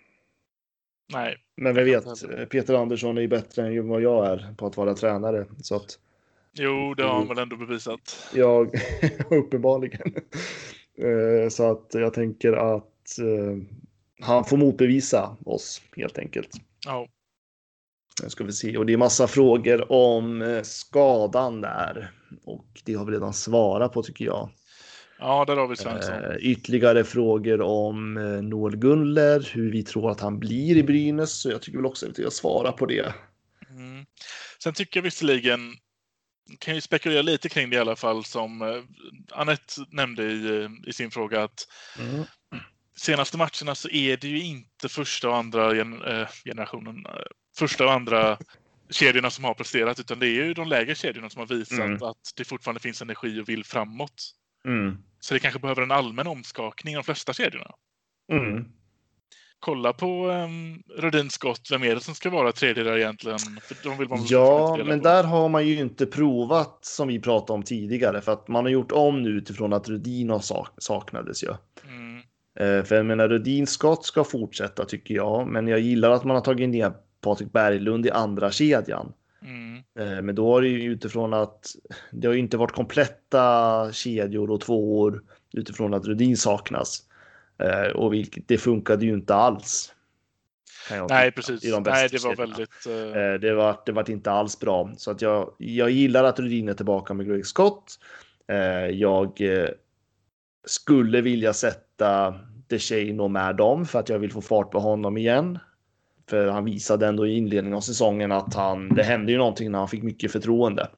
Nej. men vi vet, Peter Andersson är ju bättre än vad jag är på att vara tränare. Så att Jo, det har han väl ändå bevisat. jag, uppenbarligen. Uh, så att jag tänker att uh, han får motbevisa oss helt enkelt. Ja. Nu ska vi se. Och det är massa frågor om skadan där. Och det har vi redan svarat på tycker jag. Ja, där har vi Svensson. Eh, ytterligare frågor om eh, Noel Gunler. Hur vi tror att han blir i Brynäs. Så jag tycker väl också att jag svarar på det. Mm. Sen tycker jag visserligen, kan ju spekulera lite kring det i alla fall, som eh, Anette nämnde i, i sin fråga, att Mm. senaste matcherna så är det ju inte första och andra gen, eh, generationen, eh, första och andra kedjorna som har presterat, utan det är ju de lägre kedjorna som har visat Mm. att det fortfarande finns energi och vill framåt. Mm. Så det kanske behöver en allmän omskakning i de flesta kedjorna. Mm. Kolla på um, Rödin Scott, vem är det som ska vara tredje där egentligen? För de vill man väl Ja, fortfarande dela men på. där har man ju inte provat som vi pratade om tidigare. För att man har gjort om nu utifrån att Rödin har sak- saknades ju. Mm. Eh, för jag menar, Rödin Scott ska fortsätta tycker jag. Men jag gillar att man har tagit ner Patrik Berglund i andra kedjan. Mm. Eh, men då är det ju utifrån att det har ju inte varit kompletta kedjor och tvåor utifrån att Rödin saknas. Eh, och vilket, det funkade ju inte alls. Kan jag Nej, tycka, precis. i de bästa Nej, det var kedjorna. väldigt... Uh... Eh, det var det var inte alls bra. Så att jag, jag gillar att Rödin är tillbaka med Greg Scott. Eh, jag eh, skulle vilja sätta DeShane med dem för att jag vill få fart på honom igen. För han visade ändå i inledningen av säsongen att han, det hände ju någonting när han fick mycket förtroende.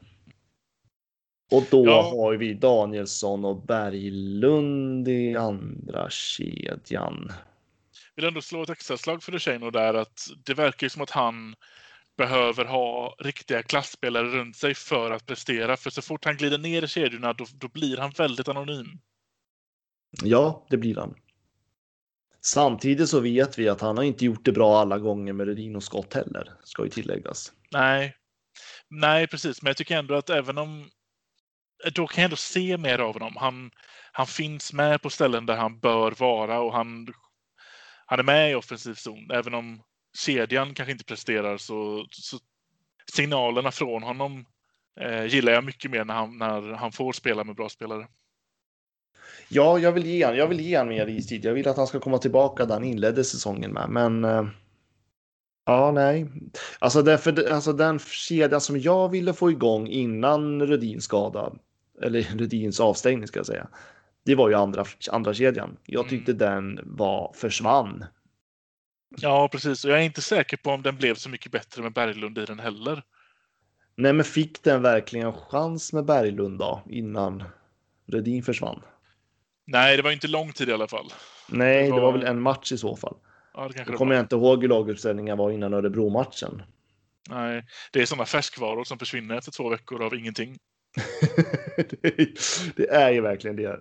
Och då Ja. har vi Danielsson och Berglund i andra kedjan. vill ändå slå ett extra slag för DeShane där, att det verkar ju som att han behöver ha riktiga klassspelare runt sig för att prestera. För så fort han glider ner i kedjorna då, då blir han väldigt anonym. Ja, det blir han. Samtidigt så vet vi att han har inte gjort det bra alla gånger med Rödin och Scott heller, ska ju tilläggas. Nej. Nej, precis. Men jag tycker ändå att även om... Då kan jag ändå se mer av honom. Han, han finns med på ställen där han bör vara och han, han är med i offensiv zon. Även om kedjan kanske inte presterar så, så signalerna från honom eh, gillar jag mycket mer när han, när han får spela med bra spelare. Ja, jag vill ge han, jag vill ge han mer istid. Jag vill att han ska komma tillbaka där han inledde säsongen med. Men äh, Ja, nej. Alltså, därför, alltså den kedjan som jag ville få igång innan Rödins skada, eller Rödins avstängning ska jag säga, det var ju andra, andra kedjan. Jag tyckte mm. den var försvann. Ja, precis. Och jag är inte säker på om den blev så mycket bättre med Berglund i den heller. Nej, men fick den verkligen en chans med Berglund då, innan Rödin försvann? Nej, det var inte lång tid i alla fall. Nej, det var, det var väl en match i så fall. Ja, det kanske Då kommer jag inte ihåg hur laguppställningen var innan Örebro-matchen. Nej, det är sådana färskvaror som försvinner efter två veckor av ingenting. det, är, det är ju verkligen det.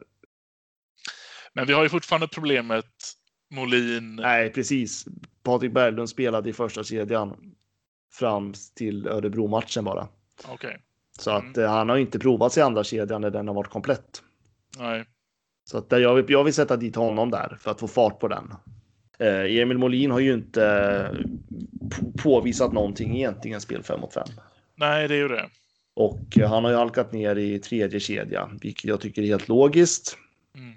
Men vi har ju fortfarande problemet Molin. Nej, precis. Patrik Berglund spelade i första kedjan fram till Örebro-matchen bara. Okej. Okay. Så mm. att eh, han har inte provat sig i andra kedjan när den har varit komplett. Nej. Så att jag, vill, jag vill sätta dit honom där för att få fart på den. Eh, Emil Molin har ju inte eh, påvisat någonting egentligen spel fem mot fem. Nej, det är ju det. Och eh, han har ju halkat ner i tredje kedja, vilket jag tycker är helt logiskt. Mm.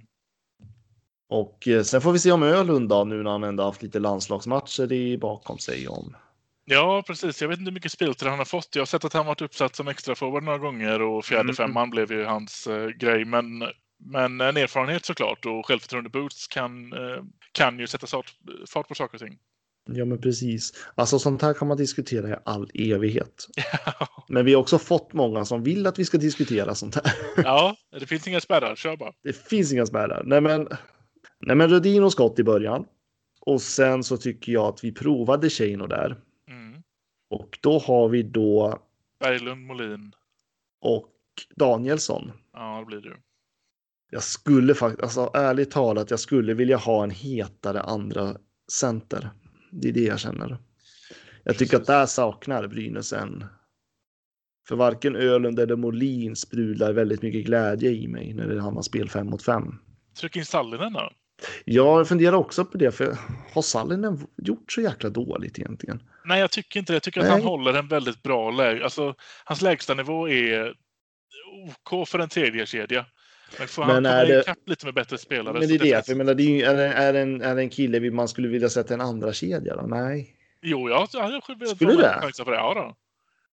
Och eh, sen får vi se om Ölund då, nu när han ändå haft lite landslagsmatcher i bakom sig om. Ja, precis. Jag vet inte hur mycket speltid han har fått. Jag har sett att han varit uppsatt som extra forward några gånger och fjärde mm. femman blev ju hans eh, grej. Men, men en erfarenhet såklart och självförtroende boosts kan, eh, kan ju sätta fart, fart på saker och ting. Ja, men precis. Alltså sånt här kan man diskutera i all evighet. Men vi har också fått många som vill att vi ska diskutera sånt här. Ja, det finns inga spärrar. Kör bara. Det finns inga spärrar. Nej, men, nej, men Rödin och skott i början. Och sen så tycker jag att vi provade Tjeino där. Mm. Och då har vi då Berglund, Molin och Danielsson. Ja, det blir det. Jag skulle faktiskt, alltså ärligt talat, jag skulle vilja ha en hetare andra center. Det är det jag känner. Jag tycker Precis. Att där saknar Brynäs en. För varken Ölund eller Molin sprudlar väldigt mycket glädje i mig när det handlar spel fem mot fem. Tryck in Sallinen då? Jag funderar också på det, för har Sallinen gjort så jäkla dåligt egentligen? Nej, jag tycker inte det. Jag tycker Nej. att han håller en väldigt bra läge. Alltså, hans lägsta nivå är OK för en tredje kedja. Men får han komma det... ikapp lite med bättre spelare. Men det är det, det för jag menar, det är, ju, är, det, är, det en, är det en kille man skulle vilja sätta en andra kedja då? Nej. Jo, jag hade velat skulle det? På det. Ja, då.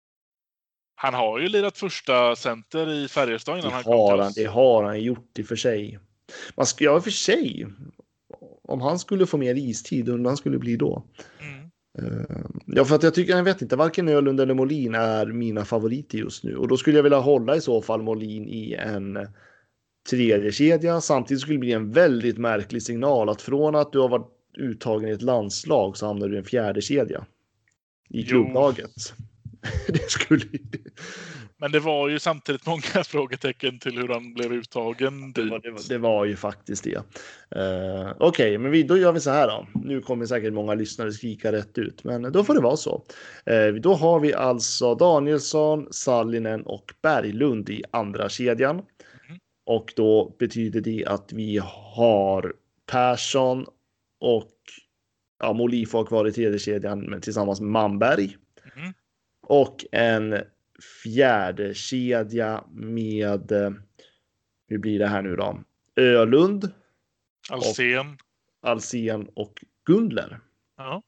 Han har ju lirat första center i Färjestad innan det han kom till han, oss. Det har han gjort i för sig. Man ska, ja, för sig. Om han skulle få mer istid, undrar han skulle bli då. Mm. Uh, ja, för att jag tycker, jag vet inte, varken Ölund eller Molin är mina favoriter just nu. Och då skulle jag vilja hålla i så fall Molin i en tredje kedja. Samtidigt skulle det bli en väldigt märklig signal att från att du har varit uttagen i ett landslag så hamnar du i en fjärde kedja i klubblaget. Det skulle... Men det var ju samtidigt många frågetecken till hur han blev uttagen dit. Det var, det var, det var ju faktiskt det. Uh, Okej, okay, men vi, då gör vi så här då. Nu kommer säkert många lyssnare skrika rätt ut, men då får det vara så. Uh, då har vi alltså Danielsson, Sallinen och Berglund i andra kedjan. Mm. Och då betyder det att vi har Persson och ja, Molin får kvar i tredje kedjan men tillsammans med Manberg. Mm. Och en fjärde kedja med, hur blir det här nu då? Ölund, Alsen, och, Alsen och Gundler. Ja.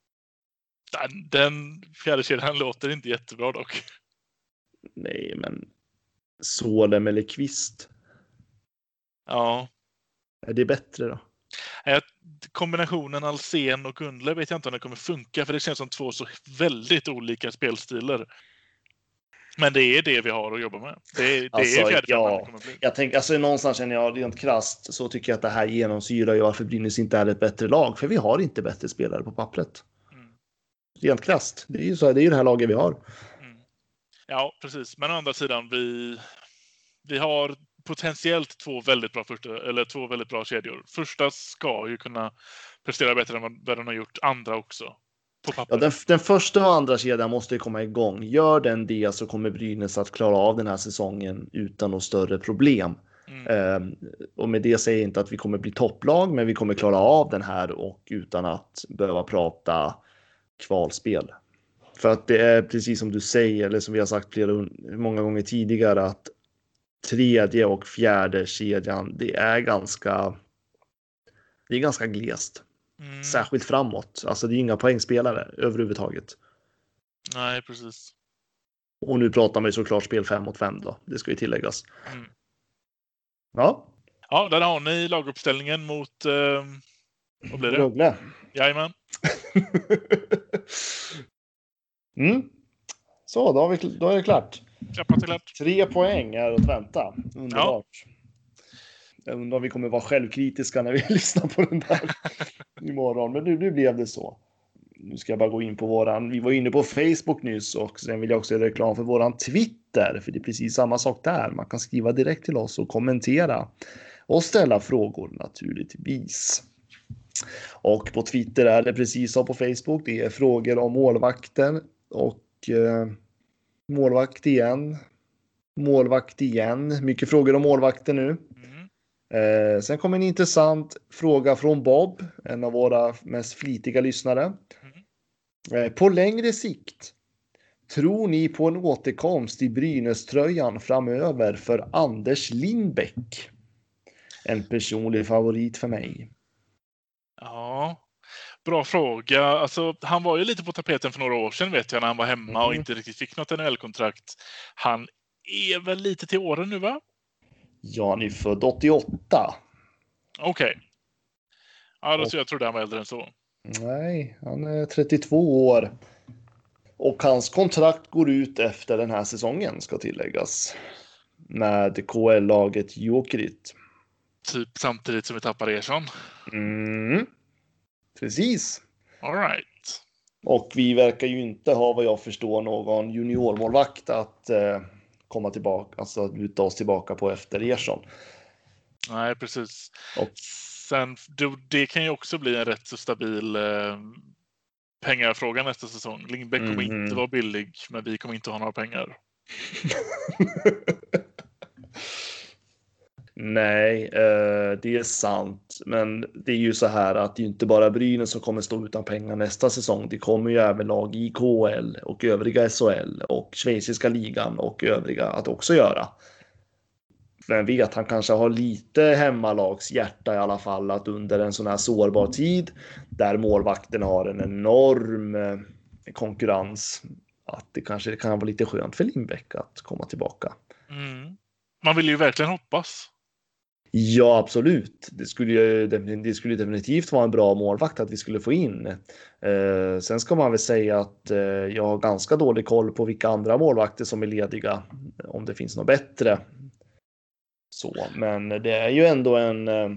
Den, den fjärde kedjan låter inte jättebra dock. Nej, men Solem eller Kvist. Ja. Är det bättre då? Kombinationen Alsen och Gundler vet jag inte om det kommer funka, för det känns som två så väldigt olika spelstilar. Men det är det vi har att jobba med. Det, det alltså, är fjärde ja, det kommer bli. Jag tänker, alltså någonstans känner jag rent krasst så tycker jag att det här genomsyrar ju varför Brynäs inte är ett bättre lag, för vi har inte bättre spelare på pappret. Mm. Rent krasst. Det är ju så, det är ju det här laget vi har. Mm. Ja, precis. Men å andra sidan vi vi har potentiellt två väldigt bra första, eller två väldigt bra kedjor. Första ska ju kunna prestera bättre än vad den har gjort. Andra också. Ja, den, den första och andra kedjan måste ju komma igång. Gör den det så kommer Brynäs att klara av den här säsongen utan något större problem. Mm. Eh, och med det säger jag inte att vi kommer bli topplag, men vi kommer klara av den här och utan att behöva prata kvalspel. För att det är precis som du säger, eller som vi har sagt flera många gånger tidigare, att tredje och fjärde kedjan, det är ganska det är ganska glest. Mm. Särskilt framåt. Alltså det är inga poängspelare överhuvudtaget. Nej, precis. Och nu pratar man ju såklart spel fem mot fem då. Det ska ju tilläggas. Mm. Ja. Ja, där har ni laguppställningen mot... Eh, vad blir det? Rögle. Jajamän. mm. Så, då, har vi, då är det klart. Klappat till klart. Tre poäng är att vänta. Underbart. Ja. Jag undrar om vi kommer vara självkritiska när vi lyssnar på den där imorgon. Men nu, nu blev det så. Nu ska jag bara gå in på våran... Vi var inne på Facebook nyss och sen vill jag också göra reklam för våran Twitter. För det är precis samma sak där. Man kan skriva direkt till oss och kommentera. Och ställa frågor naturligtvis. Och på Twitter är det precis som på Facebook. Det är frågor om målvakten. Och eh, målvakt igen. Målvakt igen. Mycket frågor om målvakten nu. Mm. Eh, sen kommer en intressant fråga från Bob. En av våra mest flitiga lyssnare. Mm. Eh, på längre sikt. Tror ni på en återkomst i Brynäs-tröjan framöver för Anders Lindbäck? En personlig favorit för mig. Ja, bra fråga. Alltså, han var ju lite på tapeten för några år sedan vet jag när han var hemma mm. och inte riktigt fick något N H L-kontrakt. Han är väl lite till åren nu va? Ja, han är född åttioåtta. Okej. Okay. Ja, då, och... jag trodde han var äldre än så. Nej, han är trettiotvå år. Och hans kontrakt går ut efter den här säsongen ska tilläggas. Med K L-laget Jokerit. Typ samtidigt som vi tappar Ersson. Mm. Precis. All right. Och vi verkar ju inte ha vad jag förstår någon juniormålvakt att eh, komma tillbaka, alltså att luta oss tillbaka på efter Ersson. Nej, precis. Och sen det, det kan ju också bli en rätt så stabil eh, pengarfråga nästa säsong. Lindbäck kommer mm. inte vara billig, men vi kommer inte ha några pengar. Nej, eh, det är sant. Men det är ju så här att det är inte bara Brynäs som kommer stå utan pengar nästa säsong. Det kommer ju även lag i K H L och övriga S H L och schweiziska ligan och övriga att också göra. Vem vet, han kanske har lite hemmalags hjärta i alla fall att under en sån här sårbar tid där målvakten har en enorm eh, konkurrens att det kanske kan vara lite skönt för Lindbäck att komma tillbaka. Mm. Man vill ju verkligen hoppas. Ja, absolut. Det skulle ju det skulle definitivt vara en bra målvakt att vi skulle få in. Eh, sen ska man väl säga att eh, jag har ganska dålig koll på vilka andra målvakter som är lediga. Om det finns något bättre. Så, men det är ju ändå en eh,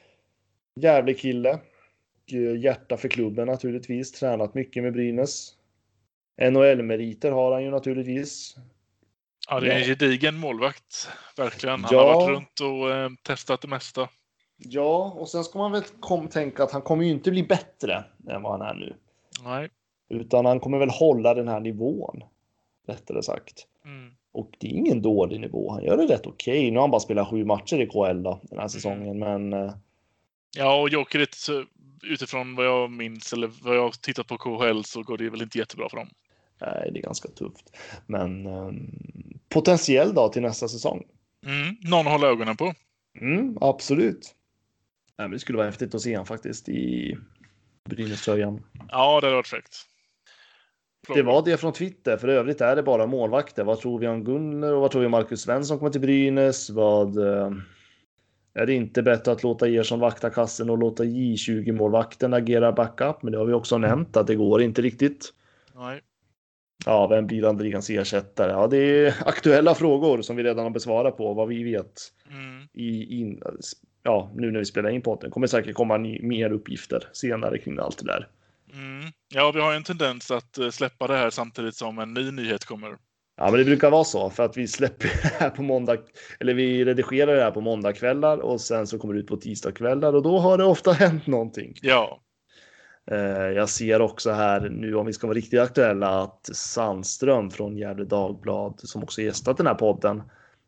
jävlig kille. Hjärta för klubben naturligtvis. Tränat mycket med Brynäs. N H L-meriter har han ju naturligtvis. Ja, det är en gedigen målvakt. Verkligen. Han ja. har varit runt och eh, testat det mesta. Ja, och sen ska man väl kom, tänka att han kommer ju inte bli bättre än vad han är nu. Nej. Utan han kommer väl hålla den här nivån. Rättare sagt. Mm. Och det är ingen dålig nivå. Han gör det rätt okej. Okay. Nu har han bara spelat sju matcher i K L då, den här säsongen. Mm. Men... Ja, och Jokerit utifrån vad jag minns eller vad jag har tittat på K H L så går det väl inte jättebra för dem. Nej, det är ganska tufft. Men um, potentiell då till nästa säsong. Mm, någon håller ögonen på. Mm, absolut. Ja, men det skulle vara häftigt att se han faktiskt i Brynäs-tröjan. Ja, det har varit fräckt. Det var det från Twitter. För övrigt är det bara målvakter. Vad tror vi om Gunnar och vad tror vi om Marcus Svensson kommer till Brynäs? Vad... Uh, är det inte bättre att låta Ersson vakta kassen och låta J tjugo-målvakten agera backup? Men det har vi också nämnt att det går inte riktigt. Nej. Ja, vem blir Andreas ersättare? Ja, det är aktuella frågor som vi redan har besvarat på, vad vi vet. Mm. I, in, ja, nu när vi spelar in podden kommer säkert komma ny, mer uppgifter senare kring allt det där. Mm. Ja, vi har en tendens att släppa det här samtidigt som en ny nyhet kommer. Ja, men det brukar vara så för att vi släpper det här på måndag, eller vi redigerar det här på måndagkvällar och sen så kommer det ut på tisdagkvällar och då har det ofta hänt någonting. Ja. Jag ser också här nu om vi ska vara riktigt aktuella att Sandström från Gefle Dagblad som också gästat den här podden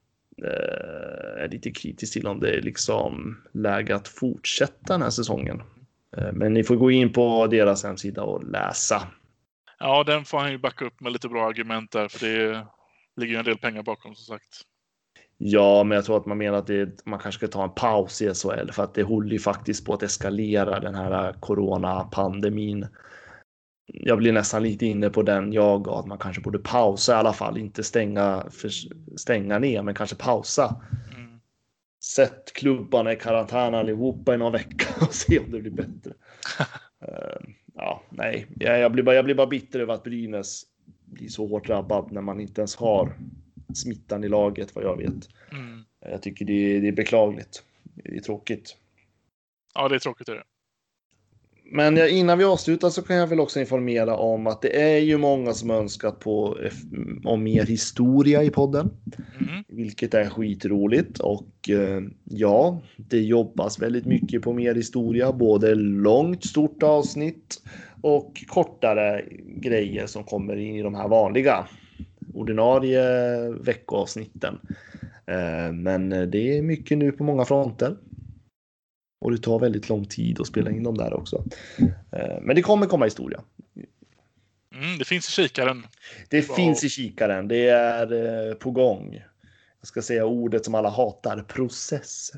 är lite kritisk till om det är liksom läge att fortsätta den här säsongen. Men ni får gå in på deras hemsida och läsa. Ja, den får han ju backa upp med lite bra argument där för det ligger ju en del pengar bakom som sagt. Ja, men jag tror att man menar att det, man kanske ska ta en paus i S H L för att det håller ju faktiskt på att eskalera den här coronapandemin. Jag blir nästan lite inne på den jag att man kanske borde pausa i alla fall, inte stänga, för, stänga ner, men kanske pausa. Mm. Sätt klubbarna i karantän allihopa i någon vecka och se om det blir bättre. uh, ja, nej, jag, jag, blir bara, jag blir bara bitter över att Brynäs blir så hårt drabbad när man inte ens har smittan i laget, vad jag vet. Mm. Jag tycker det är, det är beklagligt. Det är tråkigt. Ja, det är tråkigt är det. Men innan vi avslutar så kan jag väl också informera om att det är ju många som önskat på om mer historia i podden. Mm. Vilket är skitroligt. Och ja, det jobbas väldigt mycket på mer historia. Både långt, stort avsnitt och kortare grejer som kommer in i de här vanliga ordinarie veckoavsnitten. Men det är mycket nu på många fronter. Och det tar väldigt lång tid att spela in dem där också. Men det kommer komma historia. Mm, det finns i kikaren. Det wow. finns i kikaren. Det är på gång. Jag ska säga ordet som alla hatar. Processer.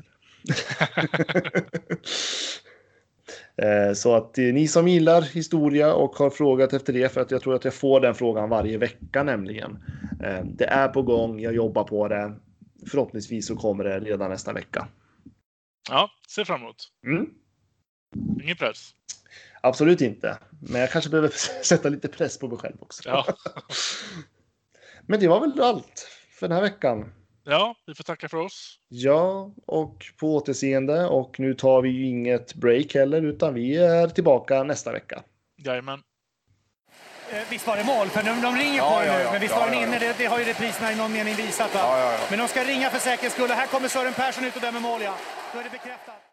Så att ni som gillar historia och har frågat efter det, för att jag tror att jag får den frågan varje vecka nämligen. Det är på gång. Jag jobbar på det. Förhoppningsvis så kommer det redan nästa vecka. Ja, se fram emot. Mm. Ingen press. Absolut inte. Men jag kanske behöver sätta lite press på mig själv också. Ja. Men det var väl allt för den här veckan. Ja, vi får tacka för oss. Ja, och på återseende. Och nu tar vi ju inget break heller, utan vi är tillbaka nästa vecka. Jajamän. Visst var det mål, för de, de ringer ja, på ja, nu, ja, men visst ja, var den ja, ja. inne, det, det har ju repriserna i någon mening visat. Va? Ja, ja, ja. Men de ska ringa för säkerhets skull, och här kommer Sören Persson ut och dömer mål, ja. Då är det bekräftat.